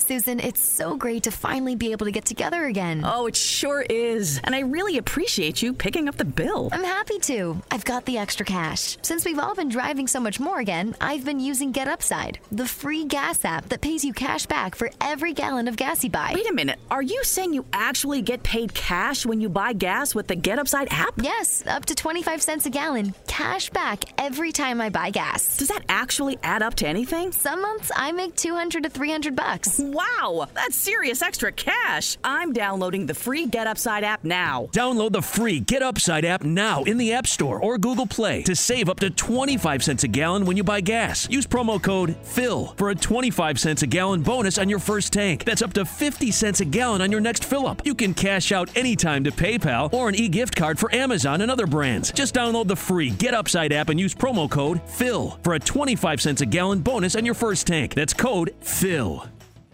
Susan, it's so great to finally be able to get together again. Oh, it sure is. And I really appreciate you picking up the bill. I'm happy to. I've got the extra cash. Since we've all been driving so much more again, I've been using GetUpside, the free gas app that pays you cash back for every gallon of gas you buy. Wait a minute. Are you saying you actually get paid cash when you buy gas with the GetUpside app? Yes, up to 25 cents a gallon. Cash back every time I buy gas. Does that actually add up to anything? Some months I make $200 to $300. Wow, that's serious extra cash. I'm downloading the free GetUpside app now. Download the free GetUpside app now in the App Store or Google Play to save up to 25 cents a gallon when you buy gas. Use promo code PHIL for a 25 cents a gallon bonus on your first tank. That's up to 50 cents a gallon on your next fill-up. You can cash out anytime to PayPal or an e-gift card for Amazon and other brands. Just download the free GetUpside app and use promo code PHIL for a 25 cents a gallon bonus on your first tank. That's code PHIL.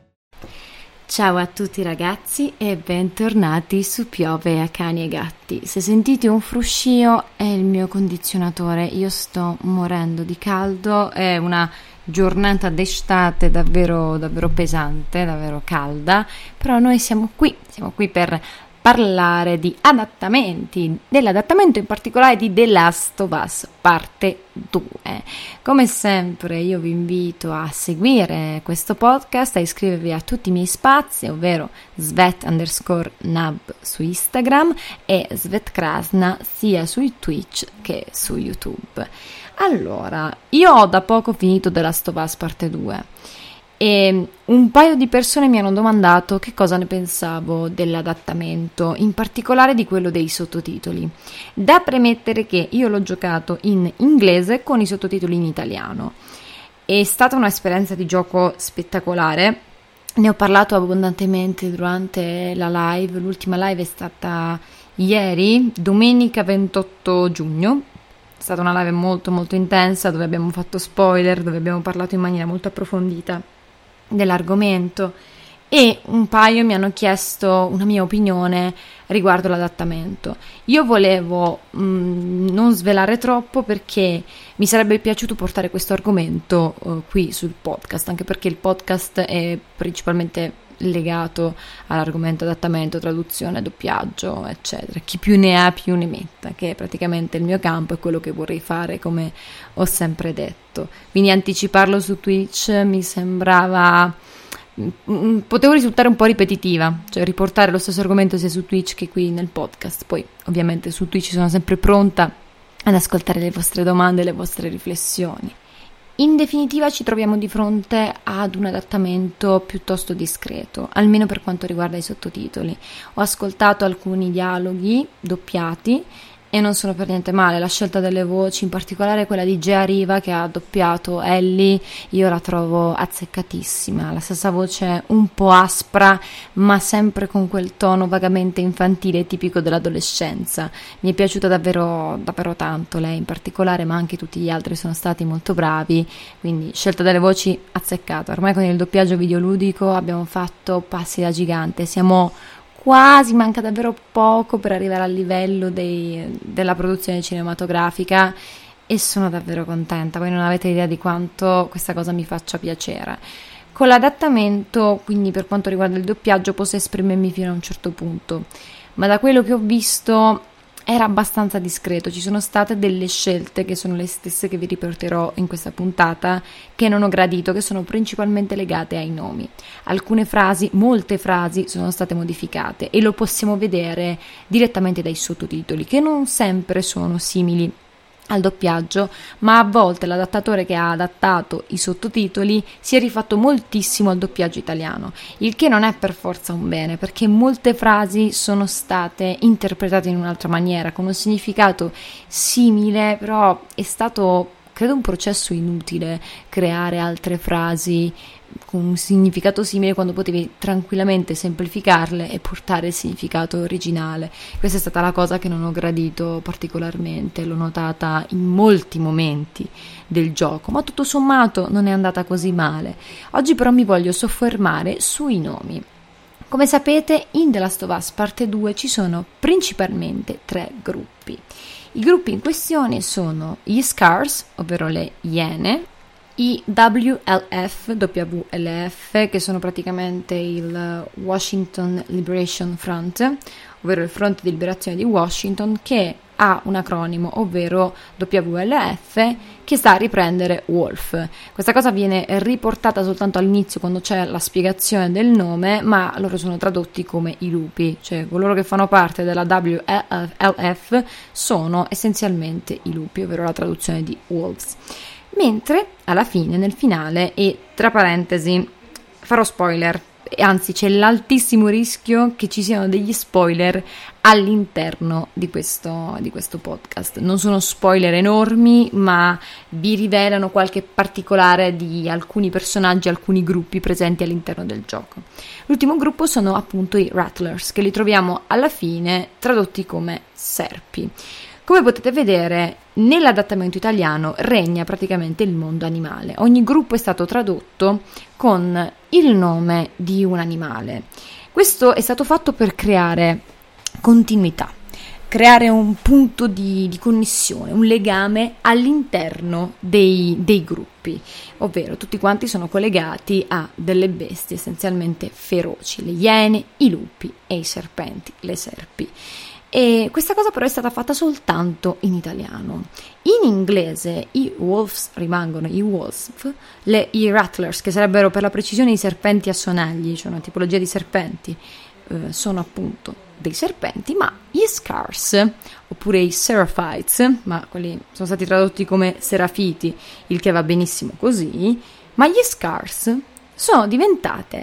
Ciao a tutti ragazzi e bentornati su Piove a cani e gatti. Se sentite un fruscio è il mio condizionatore, io sto morendo di caldo, è una giornata d'estate davvero pesante, davvero calda, però noi siamo qui per parlare di adattamenti, dell'adattamento in particolare di The Last of Us parte 2. Come sempre io vi invito a seguire questo podcast, a iscrivervi a tutti i miei spazi, ovvero Svet_Nab su Instagram e Svetkrasna sia su Twitch che su YouTube. Allora, io ho da poco finito The Last of Us parte 2 e un paio di persone mi hanno domandato che cosa ne pensavo dell'adattamento, in particolare di quello dei sottotitoli. Da premettere che io l'ho giocato in inglese con i sottotitoli in italiano. È stata un'esperienza di gioco spettacolare, ne ho parlato abbondantemente durante la live, l'ultima live è stata ieri, domenica 28 giugno. È stata una live molto molto intensa dove abbiamo fatto spoiler, dove abbiamo parlato in maniera molto approfondita dell'argomento e un paio mi hanno chiesto una mia opinione riguardo l'adattamento. Io volevo non svelare troppo perché mi sarebbe piaciuto portare questo argomento qui sul podcast, anche perché il podcast è principalmente legato all'argomento adattamento, traduzione, doppiaggio, eccetera. Chi più ne ha più ne metta, che è praticamente il mio campo, è quello che vorrei fare, come ho sempre detto. Quindi anticiparlo su Twitch mi sembrava, potevo risultare un po' ripetitiva, cioè riportare lo stesso argomento sia su Twitch che qui nel podcast. Poi ovviamente su Twitch sono sempre pronta ad ascoltare le vostre domande e le vostre riflessioni. In definitiva ci troviamo di fronte ad un adattamento piuttosto discreto, almeno per quanto riguarda i sottotitoli. Ho ascoltato alcuni dialoghi doppiati e non sono per niente male. La scelta delle voci, in particolare quella di Gia Riva che ha doppiato Ellie, io la trovo azzeccatissima. La stessa voce un po' aspra, ma sempre con quel tono vagamente infantile tipico dell'adolescenza. Mi è piaciuta davvero tanto lei in particolare, ma anche tutti gli altri sono stati molto bravi, quindi scelta delle voci azzeccata. Ormai con il doppiaggio videoludico abbiamo fatto passi da gigante, siamo quasi, manca davvero poco per arrivare al livello della produzione cinematografica e sono davvero contenta. Voi non avete idea di quanto questa cosa mi faccia piacere. Con l'adattamento, quindi per quanto riguarda il doppiaggio, posso esprimermi fino a un certo punto, ma da quello che ho visto era abbastanza discreto. Ci sono state delle scelte che sono le stesse che vi riporterò in questa puntata che non ho gradito, che sono principalmente legate ai nomi. Alcune frasi, molte frasi sono state modificate e lo possiamo vedere direttamente dai sottotitoli, che non sempre sono simili al doppiaggio, ma a volte l'adattatore che ha adattato i sottotitoli si è rifatto moltissimo al doppiaggio italiano, il che non è per forza un bene, perché molte frasi sono state interpretate in un'altra maniera, con un significato simile, però è stato, credo, un processo inutile creare altre frasi con un significato simile quando potevi tranquillamente semplificarle e portare il significato originale. Questa è stata la cosa che non ho gradito particolarmente, l'ho notata in molti momenti del gioco, ma tutto sommato non è andata così male. Oggi però mi voglio soffermare sui nomi. Come sapete, in The Last of Us parte 2 ci sono principalmente 3 gruppi. I gruppi in questione sono gli Scars, ovvero le Iene, I WLF, che sono praticamente il Washington Liberation Front, ovvero il Fronte di Liberazione di Washington, che ha un acronimo, ovvero WLF, che sta a riprendere Wolf. Questa cosa viene riportata soltanto all'inizio, quando c'è la spiegazione del nome, ma loro sono tradotti come i lupi, cioè coloro che fanno parte della WLF sono essenzialmente i lupi, ovvero la traduzione di Wolves. Mentre alla fine, nel finale, e tra parentesi, farò spoiler, anzi c'è l'altissimo rischio che ci siano degli spoiler all'interno di questo podcast. Non sono spoiler enormi, ma vi rivelano qualche particolare di alcuni personaggi, alcuni gruppi presenti all'interno del gioco. L'ultimo gruppo sono appunto i Rattlers, che li troviamo alla fine tradotti come serpi. Come potete vedere, nell'adattamento italiano regna praticamente il mondo animale. Ogni gruppo è stato tradotto con il nome di un animale. Questo è stato fatto per creare continuità, creare un punto di connessione, un legame all'interno dei gruppi, ovvero tutti quanti sono collegati a delle bestie essenzialmente feroci, le iene, i lupi e i serpenti, le serpi. E questa cosa però è stata fatta soltanto in italiano. In inglese i wolves rimangono i wolves, i rattlers, che sarebbero per la precisione i serpenti a sonagli, cioè una tipologia di serpenti, sono appunto dei serpenti, ma gli scars, oppure i seraphites, ma quelli sono stati tradotti come serafiti, il che va benissimo così, ma gli scars sono diventati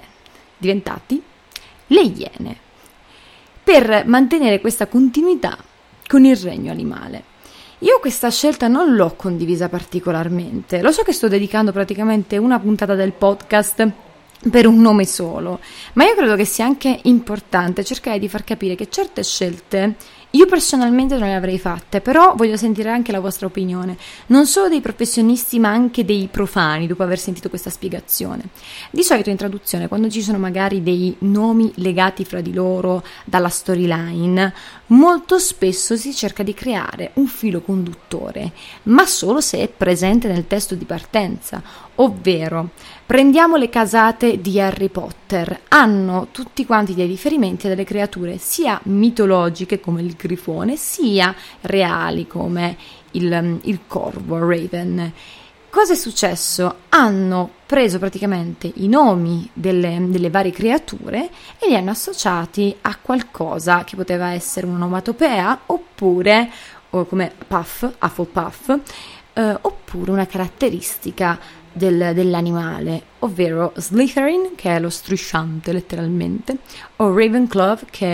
le iene, per mantenere questa continuità con il regno animale. Io questa scelta non l'ho condivisa particolarmente, lo so che sto dedicando praticamente una puntata del podcast per un nome solo, ma io credo che sia anche importante cercare di far capire che certe scelte io personalmente non le avrei fatte, però voglio sentire anche la vostra opinione, non solo dei professionisti ma anche dei profani, dopo aver sentito questa spiegazione. Di solito in traduzione, quando ci sono magari dei nomi legati fra di loro dalla storyline, molto spesso si cerca di creare un filo conduttore, ma solo se è presente nel testo di partenza, ovvero prendiamo le casate di Harry Potter, hanno tutti quanti dei riferimenti a delle creature sia mitologiche come il grifone, sia reali come il corvo, Raven. Cosa è successo? Hanno preso praticamente i nomi delle varie creature e li hanno associati a qualcosa che poteva essere un'onomatopea oppure come Puff, Hufflepuff, oppure una caratteristica dell'animale, ovvero Slytherin, che è lo strisciante letteralmente, o Ravenclaw, che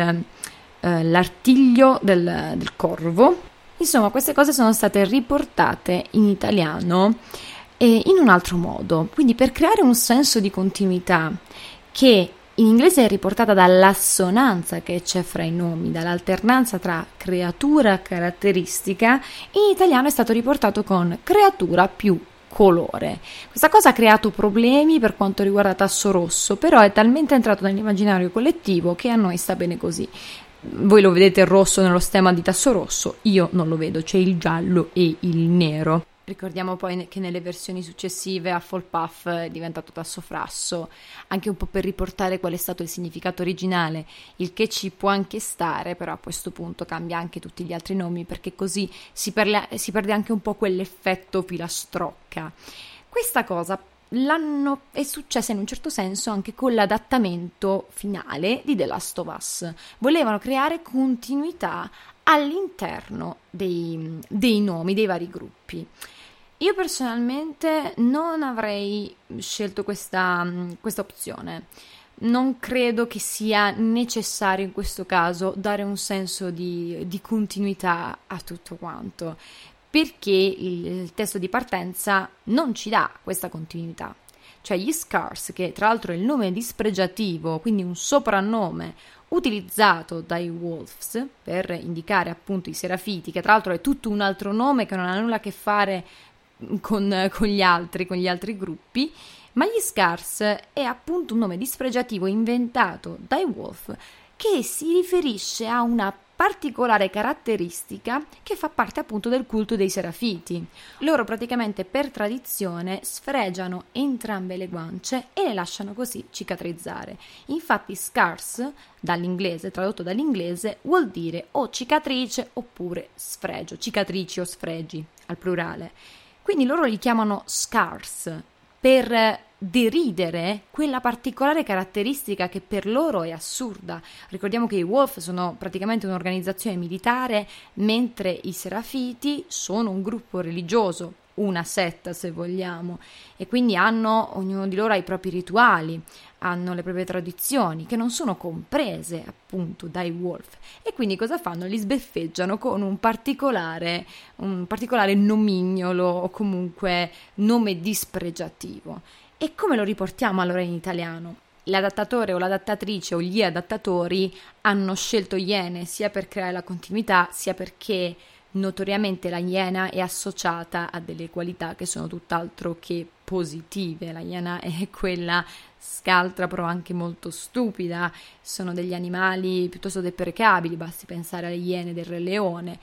è l'artiglio del corvo. Insomma, queste cose sono state riportate in italiano in un altro modo, quindi per creare un senso di continuità che in inglese è riportata dall'assonanza che c'è fra i nomi, dall'alternanza tra creatura e caratteristica, in italiano è stato riportato con creatura più colore. Questa cosa ha creato problemi per quanto riguarda Tasso Rosso, però è talmente entrato nell'immaginario collettivo che a noi sta bene così. Voi lo vedete il rosso nello stemma di Tasso Rosso, io non lo vedo, c'è il giallo e il nero. Ricordiamo poi che nelle versioni successive Hufflepuff è diventato Tasso Frasso, anche un po' per riportare qual è stato il significato originale, il che ci può anche stare, però a questo punto cambia anche tutti gli altri nomi, perché così si perde anche un po' quell'effetto filastrocca. Questa cosa è successa in un certo senso anche con l'adattamento finale di The Last of Us. Volevano creare continuità all'interno dei nomi dei vari gruppi. Io personalmente non avrei scelto questa opzione. Non credo che sia necessario in questo caso dare un senso di continuità a tutto quanto, perché il testo di partenza non ci dà questa continuità. Cioè gli Scars, che tra l'altro è il nome dispregiativo, quindi un soprannome utilizzato dai Wolves per indicare appunto i Serafiti, che tra l'altro è tutto un altro nome che non ha nulla a che fare con gli altri gruppi, ma gli Scars è appunto un nome dispregiativo inventato dai Wolf che si riferisce a una particolare caratteristica che fa parte appunto del culto dei Serafiti. Loro praticamente per tradizione sfregiano entrambe le guance e le lasciano così cicatrizzare. Infatti scars, dall'inglese, tradotto dall'inglese, vuol dire o cicatrice oppure sfregio, cicatrici o sfregi al plurale. Quindi loro li chiamano scars per deridere quella particolare caratteristica che per loro è assurda. Ricordiamo che i Wolf sono praticamente un'organizzazione militare, mentre i Serafiti sono un gruppo religioso, una setta se vogliamo, e quindi ognuno di loro ha i propri rituali, hanno le proprie tradizioni che non sono comprese appunto dai Wolf, e quindi cosa fanno? Li sbeffeggiano con un particolare nomignolo o comunque nome dispregiativo. E come lo riportiamo allora in italiano? L'adattatore o l'adattatrice o gli adattatori hanno scelto Iene sia per creare la continuità, sia perché notoriamente la Iena è associata a delle qualità che sono tutt'altro che positive. La Iena è quella scaltra però anche molto stupida, sono degli animali piuttosto deprecabili, basti pensare alle Iene del Re Leone.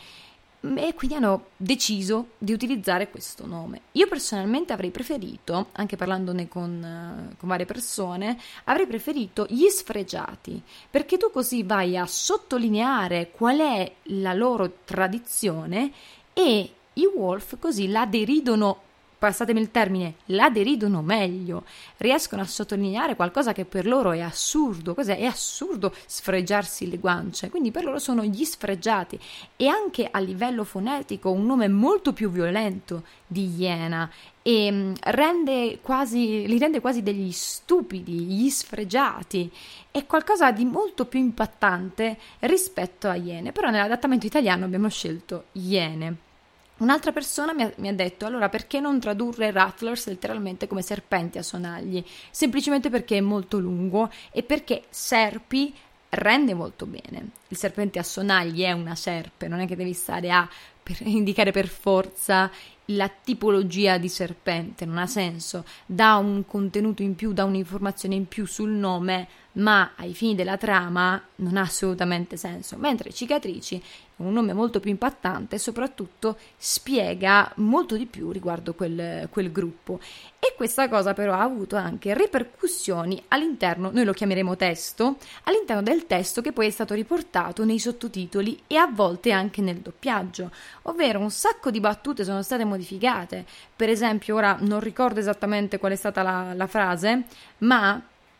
E quindi hanno deciso di utilizzare questo nome. Io personalmente avrei preferito, anche parlandone con varie persone, avrei preferito gli sfregiati, perché tu così vai a sottolineare qual è la loro tradizione e i Wolf così la deridono, passatemi il termine, la deridono meglio, riescono a sottolineare qualcosa che per loro è assurdo. Cos'è? È assurdo sfregiarsi le guance, quindi per loro sono gli sfregiati, e anche a livello fonetico un nome molto più violento di Iena, e li rende quasi degli stupidi, gli sfregiati, è qualcosa di molto più impattante rispetto a Iene, però nell'adattamento italiano abbiamo scelto Iene. Un'altra persona mi ha detto, allora perché non tradurre Rattlers letteralmente come serpenti a sonagli? Semplicemente perché è molto lungo e perché serpi rende molto bene. Il serpente a sonagli è una serpe, non è che devi stare a indicare per forza la tipologia di serpente, non ha senso, dà un contenuto in più, dà un'informazione in più sul nome, ma ai fini della trama non ha assolutamente senso, mentre cicatrici è un nome molto più impattante e soprattutto spiega molto di più riguardo quel gruppo. E questa cosa però ha avuto anche ripercussioni all'interno, noi lo chiameremo testo, all'interno del testo che poi è stato riportato nei sottotitoli e a volte anche nel doppiaggio, ovvero un sacco di battute sono state modificate. Per esempio, ora non ricordo esattamente qual è stata la frase, ma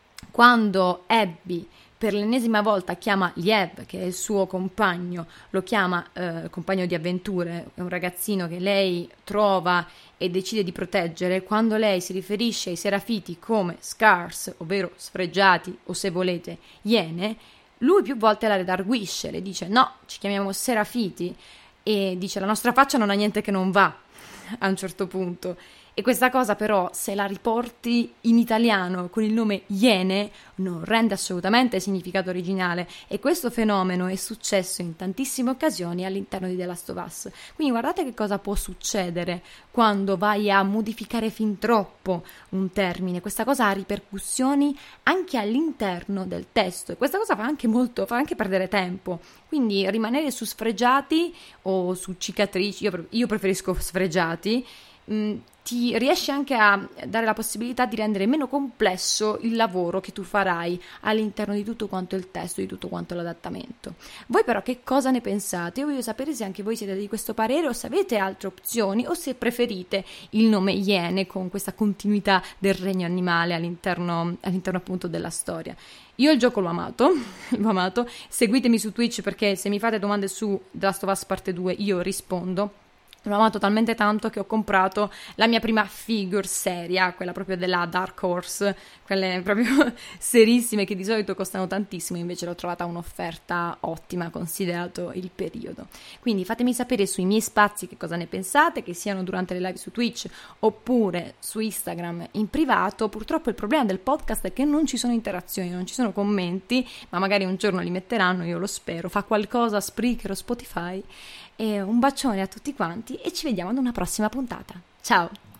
quando Abby per l'ennesima volta chiama Liev, che è il suo compagno, lo chiama compagno di avventure, è un ragazzino che lei trova e decide di proteggere, quando lei si riferisce ai Serafiti come Scars, ovvero sfregiati, o se volete Iene, lui più volte la redarguisce, le dice no, ci chiamiamo Serafiti, e dice la nostra faccia non ha niente che non va a un certo punto. E questa cosa però, se la riporti in italiano con il nome Iene, non rende assolutamente il significato originale, e questo fenomeno è successo in tantissime occasioni all'interno di The Last of Us. Quindi guardate che cosa può succedere quando vai a modificare fin troppo un termine. Questa cosa ha ripercussioni anche all'interno del testo, e questa cosa fa anche perdere tempo. Quindi rimanere su sfregiati o su cicatrici, io preferisco sfregiati, ti riesce anche a dare la possibilità di rendere meno complesso il lavoro che tu farai all'interno di tutto quanto il testo, di tutto quanto l'adattamento. Voi però che cosa ne pensate? Io voglio sapere se anche voi siete di questo parere, o se avete altre opzioni, o se preferite il nome Iene con questa continuità del regno animale all'interno appunto della storia. Io il gioco l'ho amato, seguitemi su Twitch, perché se mi fate domande su The Last of Us parte 2 io rispondo. L'ho amato talmente tanto che ho comprato la mia prima figure seria, quella proprio della Dark Horse, quelle proprio serissime che di solito costano tantissimo, invece l'ho trovata un'offerta ottima considerato il periodo. Quindi fatemi sapere sui miei spazi che cosa ne pensate, che siano durante le live su Twitch oppure su Instagram in privato. Purtroppo il problema del podcast è che non ci sono interazioni, non ci sono commenti, ma magari un giorno li metteranno, io lo spero. Fa qualcosa Spreaker o Spotify. E un bacione a tutti quanti e ci vediamo ad una prossima puntata. Ciao!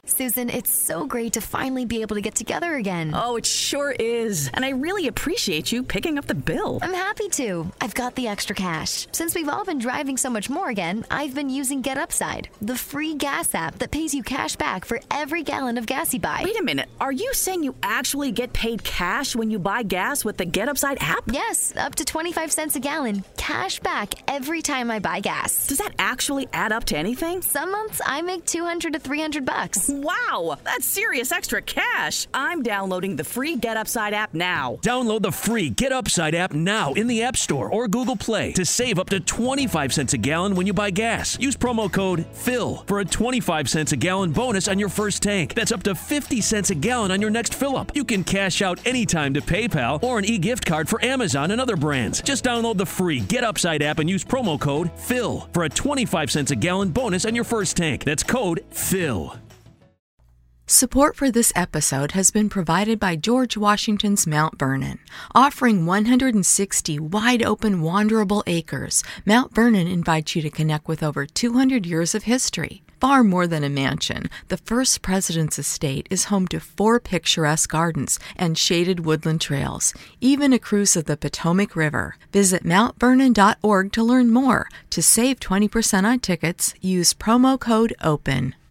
Susan, it's so great to finally be able to get together again. Oh, it sure is. And I really appreciate you picking up the bill. I'm happy to. I've got the extra cash. Since we've all been driving so much more again, I've been using Get Upside, the free gas app that pays you cash back for every gallon of gas you buy. Wait a minute. Are you saying you actually get paid cash when you buy gas with the Get Upside app? Yes, up to 25 cents a gallon. Cash back every time I buy gas. Does that actually add up to anything? Some months I make $200 to $300. Wow, that's serious extra cash. I'm downloading the free Get Upside app now. Download the free Get Upside app now in the App Store or Google Play to save up to 25 cents a gallon when you buy gas. Use promo code PHIL for a 25 cents a gallon bonus on your first tank. That's up to 50 cents a gallon on your next fill-up. You can cash out anytime to PayPal or an e-gift card for Amazon and other brands. Just download the free Get Upside app and use promo code PHIL for a 25 cents a gallon bonus on your first tank. That's code PHIL. Support for this episode has been provided by George Washington's Mount Vernon. Offering 160 wide-open, wanderable acres, Mount Vernon invites you to connect with over 200 years of history. Far more than a mansion, the First President's Estate is home to 4 picturesque gardens and shaded woodland trails, even a cruise of the Potomac River. Visit mountvernon.org to learn more. To save 20% on tickets, use promo code OPEN.